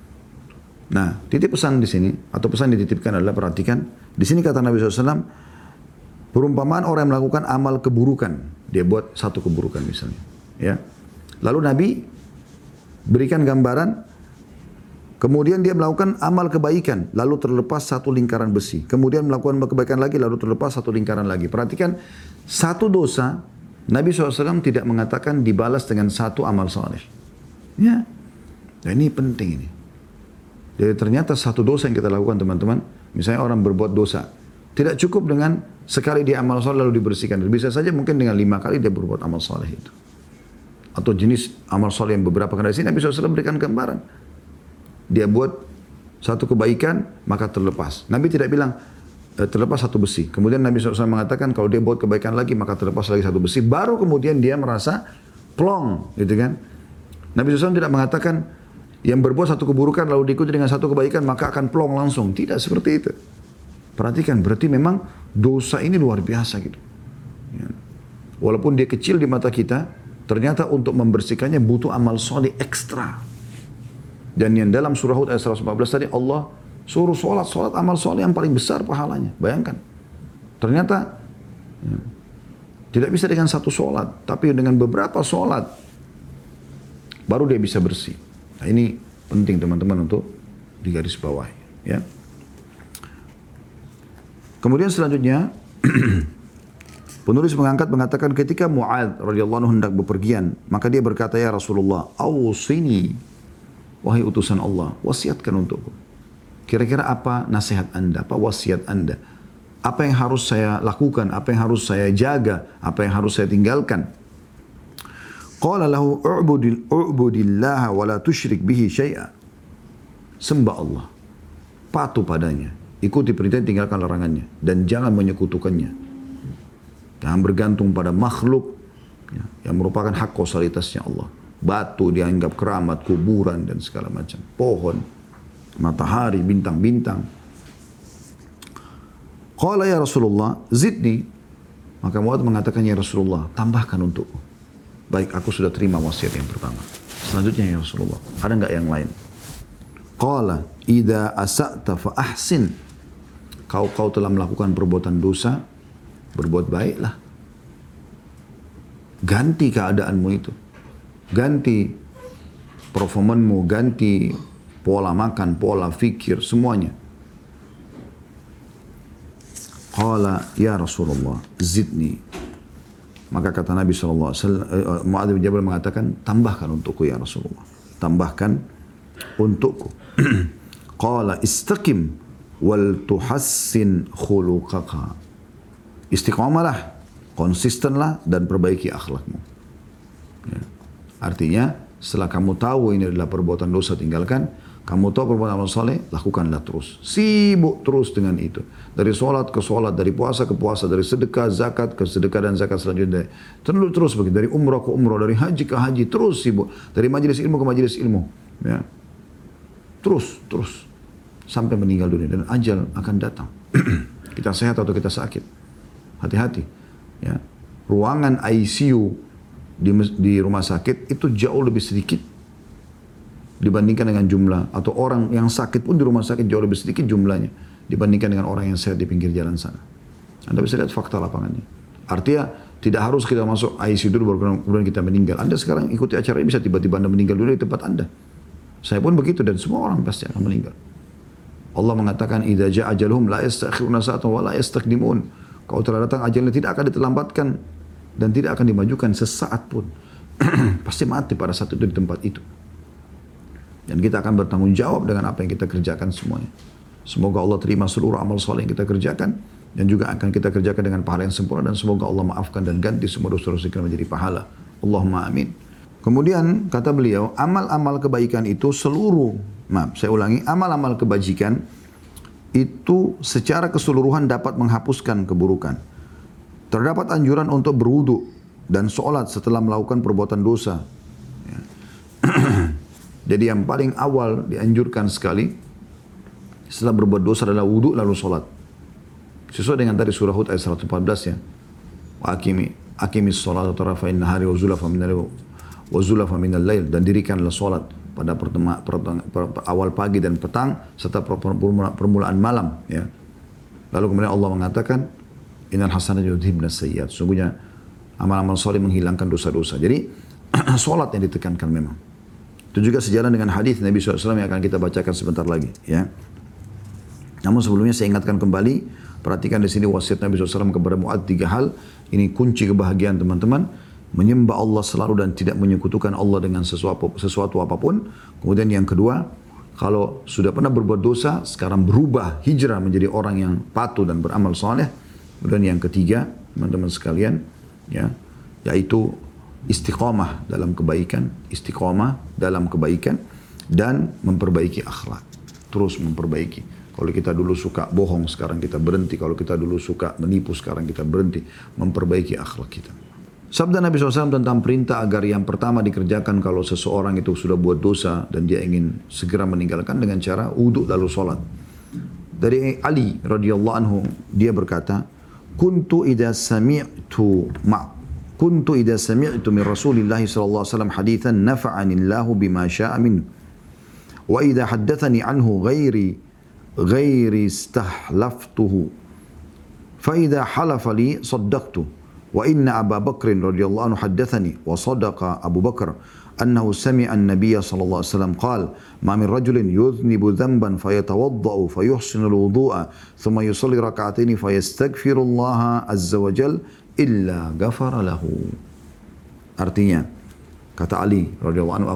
Nah, titip pesan di sini, atau pesan dititipkan adalah perhatikan. Di sini kata Nabi SAW, perumpamaan orang yang melakukan amal keburukan. Dia buat satu keburukan misalnya. Ya. Lalu Nabi berikan gambaran. Kemudian dia melakukan amal kebaikan. Lalu terlepas satu lingkaran besi. Kemudian melakukan kebaikan lagi. Lalu terlepas satu lingkaran lagi. Perhatikan. Satu dosa. Nabi SAW tidak mengatakan dibalas dengan satu amal saleh. Ya. Nah, ini penting ini. Jadi ternyata satu dosa yang kita lakukan teman-teman. Misalnya orang berbuat dosa. Tidak cukup dengan sekali dia amal soleh lalu dibersihkan. Bisa saja mungkin dengan 5 kali dia berbuat amal soleh itu. Atau jenis amal soleh yang beberapa kali. Di sini Nabi SAW berikan gambaran. Dia buat satu kebaikan maka terlepas. Nabi tidak bilang terlepas satu besi. Kemudian Nabi SAW mengatakan kalau dia buat kebaikan lagi maka terlepas lagi satu besi. Baru kemudian dia merasa plong. Gitu kan. Nabi SAW tidak mengatakan yang berbuat satu keburukan lalu diikuti dengan satu kebaikan maka akan plong langsung. Tidak seperti itu. Perhatikan, berarti memang dosa ini luar biasa gitu. Ya. Walaupun dia kecil di mata kita, ternyata untuk membersihkannya butuh amal soleh ekstra. Dan yang dalam surah Hud ayat 114 tadi Allah suruh sholat amal soleh yang paling besar pahalanya. Bayangkan. Ternyata ya, tidak bisa dengan satu sholat, tapi dengan beberapa sholat baru dia bisa bersih. Nah ini penting teman-teman untuk digarisbawahi. Ya. Kemudian selanjutnya Penulis mengatakan ketika Mu'adz radhiyallahu anhu hendak bepergian, maka dia berkata, ya Rasulullah, awsini, wahai utusan Allah, wasiatkan untukku. Kira-kira apa nasihat anda, apa wasiat anda? Apa yang harus saya lakukan, apa yang harus saya jaga, apa yang harus saya tinggalkan? Qala lahu u'budillaha wa la tusyrik bihi syai'a. Sembah Allah, patuh padanya, ikuti perintah, tinggalkan larangannya, dan jangan menyekutukannya. Jangan bergantung pada makhluk yang merupakan hak kausalitasnya Allah. Batu dianggap keramat, kuburan dan segala macam. Pohon, matahari, bintang-bintang. Qala ya Rasulullah, zidni. Maka Mu'adz mengatakan, ya Rasulullah, tambahkan untukku. Baik, aku sudah terima wasiat yang pertama. Selanjutnya ya Rasulullah, ada enggak yang lain? Qala, idza asa'ta fa ahsin. Kau telah melakukan perbuatan dosa, berbuat baiklah. Ganti keadaanmu itu. Ganti performanmu, ganti pola makan, pola fikir, semuanya. Qala ya Rasulullah, zidni. Maka kata Nabi SAW, Mu'adz bin Jabal mengatakan, tambahkan untukku ya Rasulullah. Tambahkan untukku. Qala istaqim wal tuhassin khuluqaka. Istiqamalah, konsistenlah dan perbaiki akhlakmu. Ya. Artinya, setelah kamu tahu ini adalah perbuatan dosa, tinggalkan. Kamu tahu perbuatan amal soleh, lakukanlah terus. Sibuk terus dengan itu. Dari sholat ke sholat, dari puasa ke puasa, dari sedekah, zakat ke sedekah dan zakat selanjutnya. Terus begitu, dari umrah ke umrah, dari haji ke haji, terus sibuk. Dari majelis ilmu ke majelis ilmu. Ya. Terus. Sampai meninggal dunia. Dan ajal akan datang. Kita sehat atau kita sakit. Hati-hati. Ya. Ruangan ICU di rumah sakit itu jauh lebih sedikit dibandingkan dengan jumlah, atau orang yang sakit pun di rumah sakit jauh lebih sedikit jumlahnya dibandingkan dengan orang yang sehat di pinggir jalan sana. Anda bisa lihat fakta lapangannya. Artinya tidak harus kita masuk ICU dulu baru kemudian kita meninggal. Anda sekarang ikuti acara ini bisa tiba-tiba Anda meninggal dulu di tempat Anda. Saya pun begitu dan semua orang pasti akan meninggal. Allah mengatakan idza ja'a ajaluhum la yastakhiruna sa'atan wa la yastaqdimun. Kalau telah datang ajalnya tidak akan diterlambatkan dan tidak akan dimajukan sesaat pun. Pasti mati pada saat itu di tempat itu. Dan kita akan bertanggung jawab dengan apa yang kita kerjakan semuanya. Semoga Allah terima seluruh amal soleh yang kita kerjakan dan juga akan kita kerjakan dengan pahala yang sempurna, dan semoga Allah maafkan dan ganti semua dosa-dosa kita menjadi pahala. Allahumma amin. Kemudian kata beliau, amal-amal kebaikan itu amal-amal kebajikan itu secara keseluruhan dapat menghapuskan keburukan. Terdapat anjuran untuk berwudu dan sholat setelah melakukan perbuatan dosa. Ya. Jadi yang paling awal dianjurkan sekali setelah berbuat dosa adalah wudu lalu sholat. Sesuai dengan tadi surah Hud ayat 114 ya. Wa aqimis sholat tarafain nahari wa zulafa minal lail, dan dirikanlah sholat pada awal pagi dan petang serta permulaan malam ya. Lalu kemudian Allah mengatakan innal hasanati yudhibnas sayyiat. Sungguhnya amal-amal saleh menghilangkan dosa-dosa. Jadi salat yang ditekankan memang. Itu juga sejalan dengan hadis Nabi SAW yang akan kita bacakan sebentar lagi ya. Namun sebelumnya saya ingatkan kembali, perhatikan di sini wasiat Nabi SAW kepada Mu'adz 3 hal. Ini kunci kebahagiaan teman-teman. Menyembah Allah selalu dan tidak menyekutukan Allah dengan sesuatu apapun. Kemudian yang kedua, kalau sudah pernah berbuat dosa, sekarang berubah, hijrah menjadi orang yang patuh dan beramal saleh. Kemudian yang ketiga, teman-teman sekalian, ya, yaitu istiqamah dalam kebaikan, dan memperbaiki akhlak. Terus memperbaiki. Kalau kita dulu suka bohong, sekarang kita berhenti. Kalau kita dulu suka menipu, sekarang kita berhenti. Memperbaiki akhlak kita. Sabda Nabi SAW tentang perintah agar yang pertama dikerjakan kalau seseorang itu sudah buat dosa dan dia ingin segera meninggalkan dengan cara wudhu lalu sholat. Dari Ali radhiyallahu anhu, dia berkata, Kuntu idza sami'tu min Rasulillah sallallahu alaihi wasallam hadithan nafa'ani Allahu bima syaa min. Wa idza haddathani anhu ghairi istahlaftuhu. Fa idza halafa li saddaqtu. وإن أبا بكر رضي الله عنه حدثني وصدق أبو بكر أنه سمع النبي صلى الله عليه وسلم قال ما من رجل يذنب ذنبا فيتوضأ فيحسن الوضوء ثم يصلي ركعتين فيستغفر الله عز وجل illa ghafara lahu. Artinya, kata Ali radhiyallahu anhu,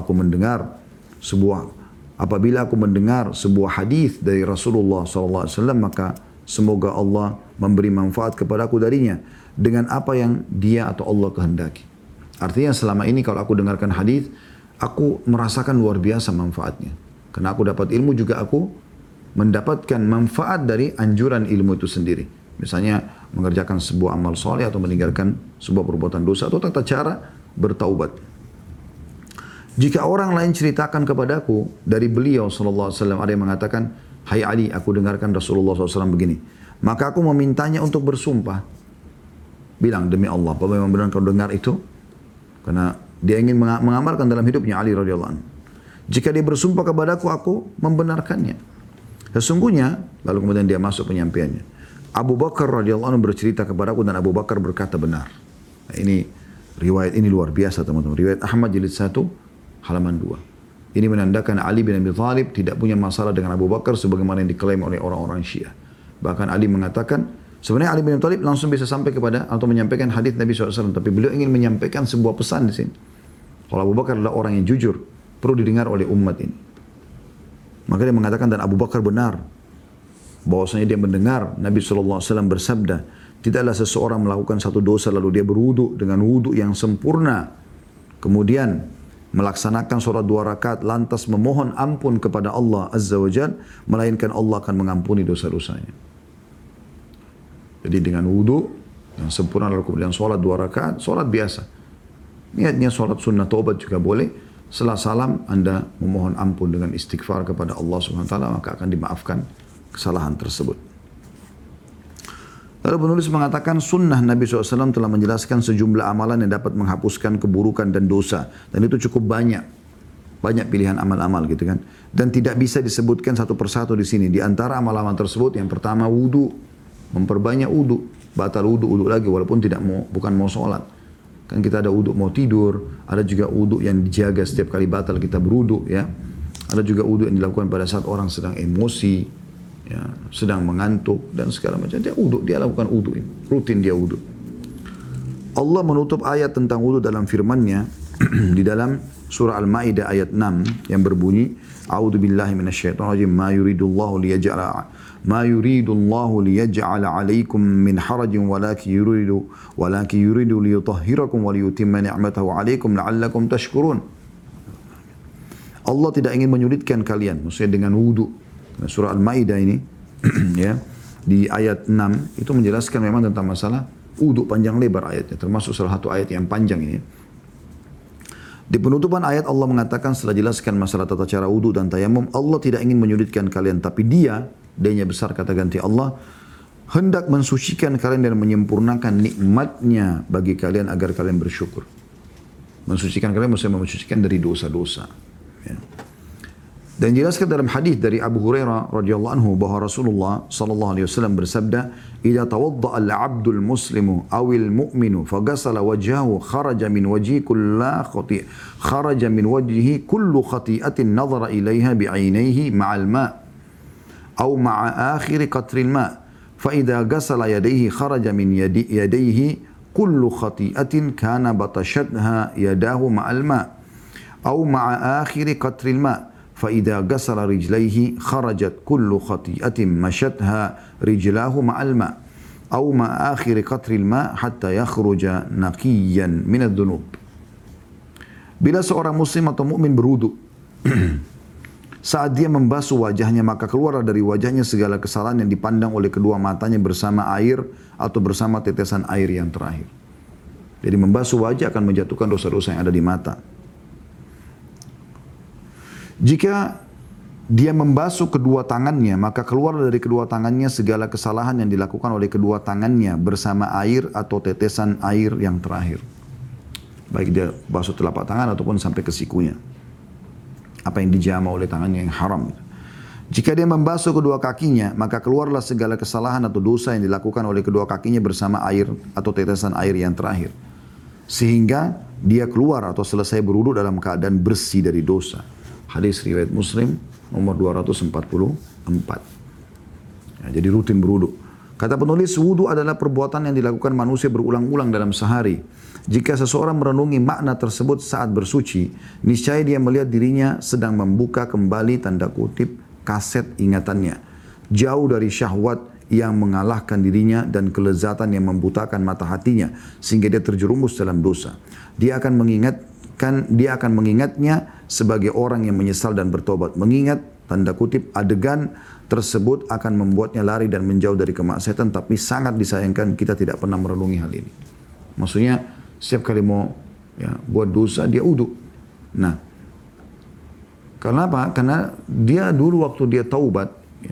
apabila aku mendengar sebuah hadis dari Rasulullah SAW, maka semoga Allah memberi manfaat kepadaku darinya dengan apa yang dia atau Allah kehendaki. Artinya selama ini kalau aku dengarkan hadis, aku merasakan luar biasa manfaatnya. Karena aku dapat ilmu juga aku mendapatkan manfaat dari anjuran ilmu itu sendiri. Misalnya mengerjakan sebuah amal soleh atau meninggalkan sebuah perbuatan dosa atau tata cara bertaubat. Jika orang lain ceritakan kepadaku dari beliau sallallahu alaihi wasallam, ada yang mengatakan, "Hai Ali, aku dengarkan Rasulullah SAW begini." Maka aku memintanya untuk bersumpah. Bilang, demi Allah, apa memang benar kau dengar itu? Karena dia ingin mengamalkan dalam hidupnya Ali radhiyallahu anhu. Jika dia bersumpah kepadaku, aku membenarkannya. Sesungguhnya, lalu kemudian dia masuk penyampaiannya. Abu Bakar radhiyallahu anhu bercerita kepadaku dan Abu Bakar berkata benar. Nah, ini riwayat ini luar biasa teman-teman. Riwayat Ahmad jilid 1 halaman 2. Ini menandakan Ali bin Abi Thalib tidak punya masalah dengan Abu Bakar sebagaimana yang diklaim oleh orang-orang Syiah. Bahkan Ali mengatakan, sebenarnya Ali bin Abi Thalib langsung bisa sampai kepada atau menyampaikan hadis Nabi SAW, tapi beliau ingin menyampaikan sebuah pesan di sini. Kalau Abu Bakar adalah orang yang jujur, perlu didengar oleh umat ini. Maka dia mengatakan, dan Abu Bakar benar bahwasanya dia mendengar Nabi SAW bersabda, tidaklah seseorang melakukan satu dosa lalu dia berwudu dengan wudu yang sempurna, kemudian melaksanakan sholat 2 rakaat lantas memohon ampun kepada Allah Azza wa Jalla, melainkan Allah akan mengampuni dosa-dosanya. Jadi dengan wudu yang sempurna lalu kemudian sholat 2 rakaat, sholat biasa. Niatnya sholat sunnah taubat juga boleh. Setelah salam Anda memohon ampun dengan istighfar kepada Allah Subhanahu wa taala, maka akan dimaafkan kesalahan tersebut. Lalu penulis mengatakan sunnah Nabi SAW telah menjelaskan sejumlah amalan yang dapat menghapuskan keburukan dan dosa. Dan itu cukup banyak. Banyak pilihan amal-amal gitu kan. Dan tidak bisa disebutkan satu persatu di sini. Di antara amal-amal tersebut yang pertama wudu. Memperbanyak wudu. Batal wudu lagi walaupun bukan mau sholat. Kan kita ada wudu mau tidur. Ada juga wudu yang dijaga setiap kali batal kita berwudu ya. Ada juga wudu yang dilakukan pada saat orang sedang emosi, ya, sedang mengantuk dan segala macam. Dia lakukan wudu ini, rutin dia wudu. Allah menutup ayat tentang wudu dalam firman-Nya di dalam surah Al-Maidah ayat 6 yang berbunyi, A'udzubillahi minasyaitonirrajim, ma yuridullahu liyaj'ala 'alaikum min harajin walakin yuridu liyutahhirakum wa liyutimma ni'matahu 'alaikum la'allakum tashkurun. Allah tidak ingin menyulitkan kalian, maksudnya dengan wudu. Surah Al-Maidah ini ya, di ayat 6 itu menjelaskan memang tentang masalah wudu panjang lebar ayatnya, termasuk salah satu ayat yang panjang ini. Di penutupan ayat Allah mengatakan setelah jelaskan masalah tata cara wudu dan tayamum, Allah tidak ingin menyulitkan kalian, tapi Dia-nya besar kata ganti Allah, hendak mensucikan kalian dan menyempurnakan nikmatnya bagi kalian agar kalian bersyukur. Mensucikan kalian maksudnya mensucikan dari dosa-dosa. Ya. Dan jelaskan dalam hadis dari Abu Hurairah radhiyallahu anhu bahwa Rasulullah sallallahu alaihi wasallam bersabda, "Idza tawadda'a al-'abdu al-muslimu aw al-mu'minu faghasala wajhahu kharaja min wajhihi kullu khati'atin nadhara ilaiha bi'ainaihi ma'al ma' aw ma'a akhir qatri al-ma' fa idza ghasala yadayhi kharaja min yadayhi kullu khati'atin kana batashadha yadahu ma'al ma' aw ma'a akhir qatri al-ma' فإذا غسل رجليه خرجت كل خطيئة مشتها رجلاه مع الماء أو مع آخر قطر الماء حتى يخرج نقيا من الذنوب. Bila seorang muslim atau mukmin berwudu, saat dia membasuh wajahnya maka keluar dari wajahnya segala kesalahan yang dipandang oleh kedua matanya bersama air atau bersama tetesan air yang terakhir. Jadi membasuh wajah akan menjatuhkan dosa-dosa yang ada di mata. Jika dia membasuh kedua tangannya, maka keluar dari kedua tangannya segala kesalahan yang dilakukan oleh kedua tangannya bersama air atau tetesan air yang terakhir. Baik dia basuh telapak tangan ataupun sampai ke sikunya. Apa yang dijama oleh tangannya yang haram. Jika dia membasuh kedua kakinya, maka keluarlah segala kesalahan atau dosa yang dilakukan oleh kedua kakinya bersama air atau tetesan air yang terakhir. Sehingga dia keluar atau selesai berwudu dalam keadaan bersih dari dosa. Hadis riwayat Muslim nomor 244. Ya, jadi rutin berwudu. Kata penulis, wudu adalah perbuatan yang dilakukan manusia berulang-ulang dalam sehari. Jika seseorang merenungi makna tersebut saat bersuci, niscaya dia melihat dirinya sedang membuka kembali tanda kutip kaset ingatannya. Jauh dari syahwat yang mengalahkan dirinya dan kelezatan yang membutakan mata hatinya sehingga dia terjerumus dalam dosa. Dia akan mengingatnya sebagai orang yang menyesal dan bertobat. Mengingat tanda kutip adegan tersebut akan membuatnya lari dan menjauh dari kemaksiatan, tapi sangat disayangkan kita tidak pernah merenungi hal ini. Maksudnya setiap kali mau buat dosa dia wudu. Nah, kenapa? Karena dia dulu waktu dia taubat,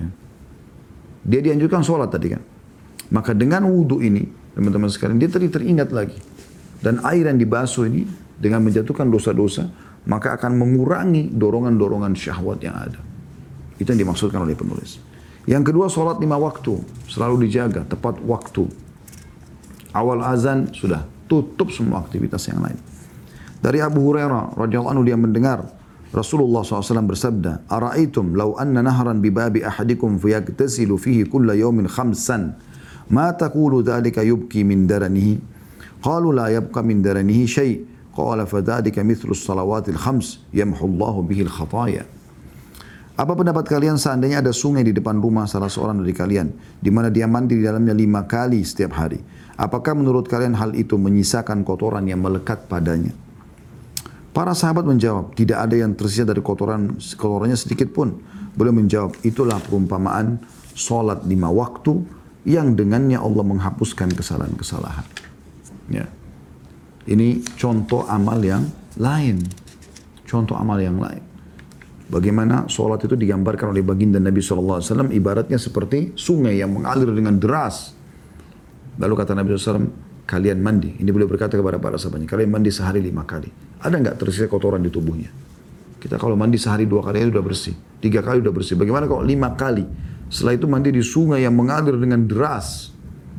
dia dianjurkan sholat tadi kan. Maka dengan wudu ini, teman-teman sekalian, dia teringat lagi. Dan air yang dibasuh ini dengan menjatuhkan dosa-dosa, maka akan mengurangi dorongan-dorongan syahwat yang ada. Itu yang dimaksudkan oleh penulis. Yang kedua, sholat 5 waktu. Selalu dijaga, tepat waktu. Awal azan sudah tutup semua aktivitas yang lain. Dari Abu Hurairah radhiyallahu anhu, dia mendengar Rasulullah SAW bersabda, "Ara'aitum law anna nahran bi babi ahadikum fayaktasilu fihi kulla yawmin khamsan, ma taqulu dhalika yubki min daranihi?" Qalu la yabqa min daranihi syai'. Qala fadhalika mithlu as-salawatil khams yamhu Allahu bihi al-khataya. Apa pendapat kalian seandainya ada sungai di depan rumah salah seorang dari kalian, di mana dia mandi di dalamnya 5 kali setiap hari? Apakah menurut kalian hal itu menyisakan kotoran yang melekat padanya? Para sahabat menjawab, tidak ada yang tersisa dari kotorannya sedikit pun. Beliau menjawab, itulah perumpamaan solat 5 waktu yang dengannya Allah menghapuskan kesalahan-kesalahan. Ya. Ini contoh amal yang lain. Contoh amal yang lain. Bagaimana solat itu digambarkan oleh baginda Nabi SAW, ibaratnya seperti sungai yang mengalir dengan deras. Lalu kata Nabi SAW, kalian mandi. Ini beliau berkata kepada para sahabatnya, kalian mandi sehari 5 kali. Ada nggak tersisa kotoran di tubuhnya? Kita kalau mandi sehari 2 kali itu sudah bersih. 3 kali sudah bersih. Bagaimana kalau 5 kali? Setelah itu mandi di sungai yang mengalir dengan deras.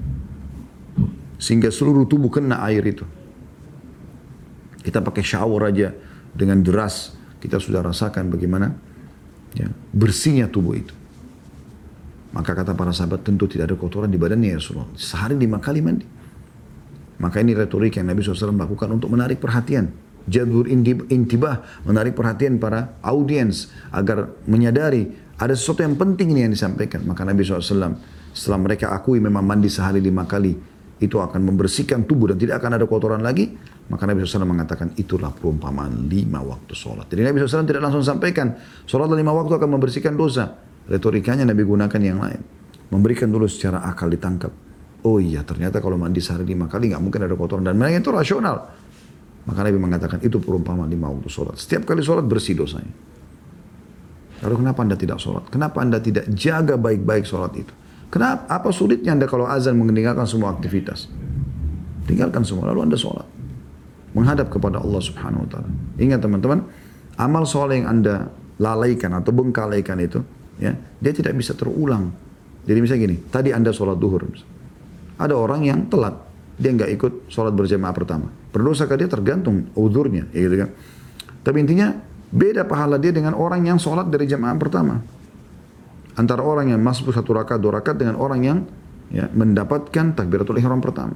Sehingga seluruh tubuh kena air itu. Kita pakai shower aja dengan deras. Kita sudah rasakan bagaimana bersihnya tubuh itu. Maka kata para sahabat, tentu tidak ada kotoran di badannya ya Rasulullah. Sehari 5 kali mandi. Maka ini retorik yang Nabi SAW lakukan untuk menarik perhatian. Jadwur intibah, menarik perhatian para audiens agar menyadari ada sesuatu yang penting ini yang disampaikan. Maka Nabi SAW setelah mereka akui memang mandi sehari 5 kali itu akan membersihkan tubuh dan tidak akan ada kotoran lagi, maka Nabi SAW mengatakan itulah perumpamaan 5 waktu sholat. Jadi Nabi SAW tidak langsung sampaikan sholat 5 waktu akan membersihkan dosa. Retorikanya Nabi gunakan yang lain, memberikan dulu secara akal ditangkap. Oh iya, ternyata kalau mandi sehari 5 kali nggak mungkin ada kotoran, dan mereka itu rasional. Maka Nabi mengatakan itu perumpamaan 5 waktu sholat. Setiap kali sholat bersih dosanya. Lalu kenapa anda tidak sholat? Kenapa anda tidak jaga baik-baik sholat itu? Kenapa? Apa sulitnya anda kalau azan meninggalkan semua aktivitas? Tinggalkan semua, lalu anda sholat. Menghadap kepada Allah Subhanahu Wa Taala. Ingat teman-teman, amal sholat yang anda lalaikan atau bengkalaikan itu, dia tidak bisa terulang. Jadi misalnya gini, tadi anda sholat duhur. Ada orang yang telat, dia nggak ikut sholat berjamaah pertama. Berdosakah dia? Tergantung uzurnya, gitu kan. Tapi intinya beda pahala dia dengan orang yang sholat dari jamaah pertama. Antara orang yang masuk 1 rakaat 2 rakaat dengan orang yang mendapatkan takbiratul ihram pertama.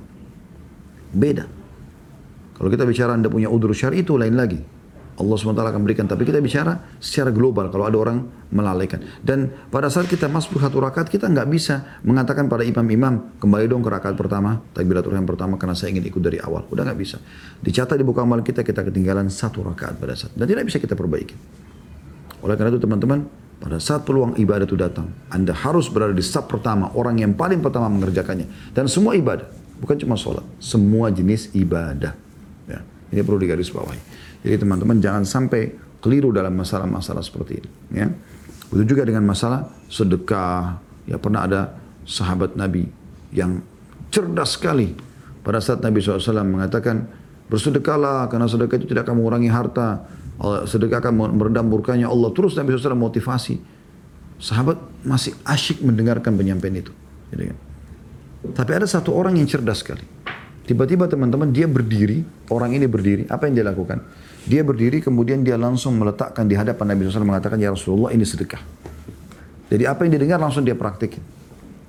Beda. Kalau kita bicara anda punya udzur syar'i itu lain lagi. Allah SWT akan berikan. Tapi kita bicara secara global kalau ada orang melalaikan. Dan pada saat kita masuk 1 rakaat, kita nggak bisa mengatakan pada imam-imam, kembali dong ke rakaat pertama, takbiratul ihram pertama karena saya ingin ikut dari awal. Udah nggak bisa. Dicatat di buku amal kita ketinggalan 1 rakaat pada saat. Dan tidak bisa kita perbaiki. Oleh karena itu teman-teman, pada saat peluang ibadah itu datang, anda harus berada di saf pertama, orang yang paling pertama mengerjakannya. Dan semua ibadah, bukan cuma sholat, semua jenis ibadah. Ya, ini perlu digarisbawahi. Jadi teman-teman jangan sampai keliru dalam masalah-masalah seperti ini. Ya. Begitu juga dengan masalah sedekah. Ya, pernah ada sahabat Nabi yang cerdas sekali. Pada saat Nabi SAW mengatakan, bersedekahlah karena sedekah itu tidak akan mengurangi harta. Sedekah akan meredam murkanya Allah. Terus Nabi SAW motivasi. Sahabat masih asyik mendengarkan penyampaian itu. Jadi, tapi ada satu orang yang cerdas sekali. Tiba-tiba teman-teman dia berdiri, orang ini berdiri, apa yang dia lakukan? Dia berdiri kemudian dia langsung meletakkan di hadapan Nabi SAW mengatakan, ya Rasulullah ini sedekah. Jadi apa yang didengar langsung dia praktikin.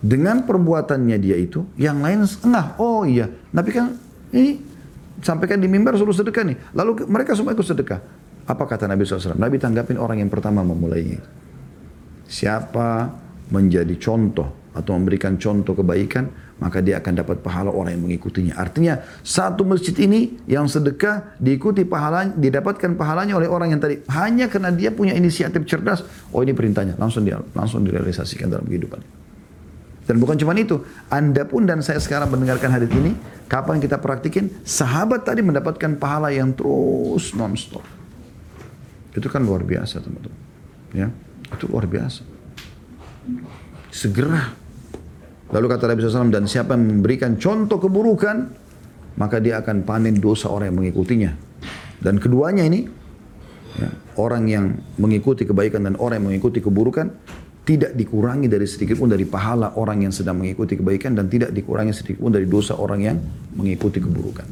Dengan perbuatannya dia itu, yang lain engah. Oh iya, Nabi kan ini sampaikan di mimbar suruh sedekah nih. Lalu mereka semua ikut sedekah. Apa kata Nabi SAW? Nabi tanggapin orang yang pertama memulainya. Siapa menjadi contoh atau memberikan contoh kebaikan, maka dia akan dapat pahala orang yang mengikutinya. Artinya satu masjid ini yang sedekah diikuti pahalanya, didapatkan pahalanya oleh orang yang tadi hanya karena dia punya inisiatif cerdas. Oh ini perintahnya, langsung direalisasikan dalam kehidupan. Dan bukan cuma itu, Anda pun dan saya sekarang mendengarkan hadis ini, kapan kita praktikin? Sahabat tadi mendapatkan pahala yang terus non-stop. Itu kan luar biasa teman-teman. Ya, itu luar biasa. Segera. Lalu kata Nabi SAW, dan siapa yang memberikan contoh keburukan, maka dia akan panen dosa orang yang mengikutinya. Dan keduanya ini, ya, orang yang mengikuti kebaikan dan orang yang mengikuti keburukan, tidak dikurangi dari sedikit pun dari pahala orang yang sedang mengikuti kebaikan dan tidak dikurangi sedikit pun dari dosa orang yang mengikuti keburukan.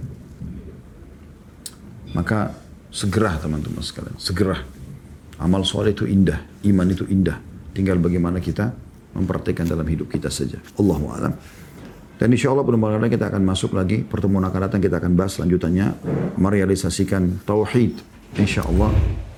Maka segera teman-teman sekalian, segera. Amal soleh itu indah, iman itu indah. Tinggal bagaimana kita mempraktikkan dalam hidup kita saja. Allahu a'lam. Dan insya Allah mudah-mudahan kita akan masuk lagi, pertemuan akan datang kita akan bahas lanjutannya, merealisasikan tauhid. Insya Allah.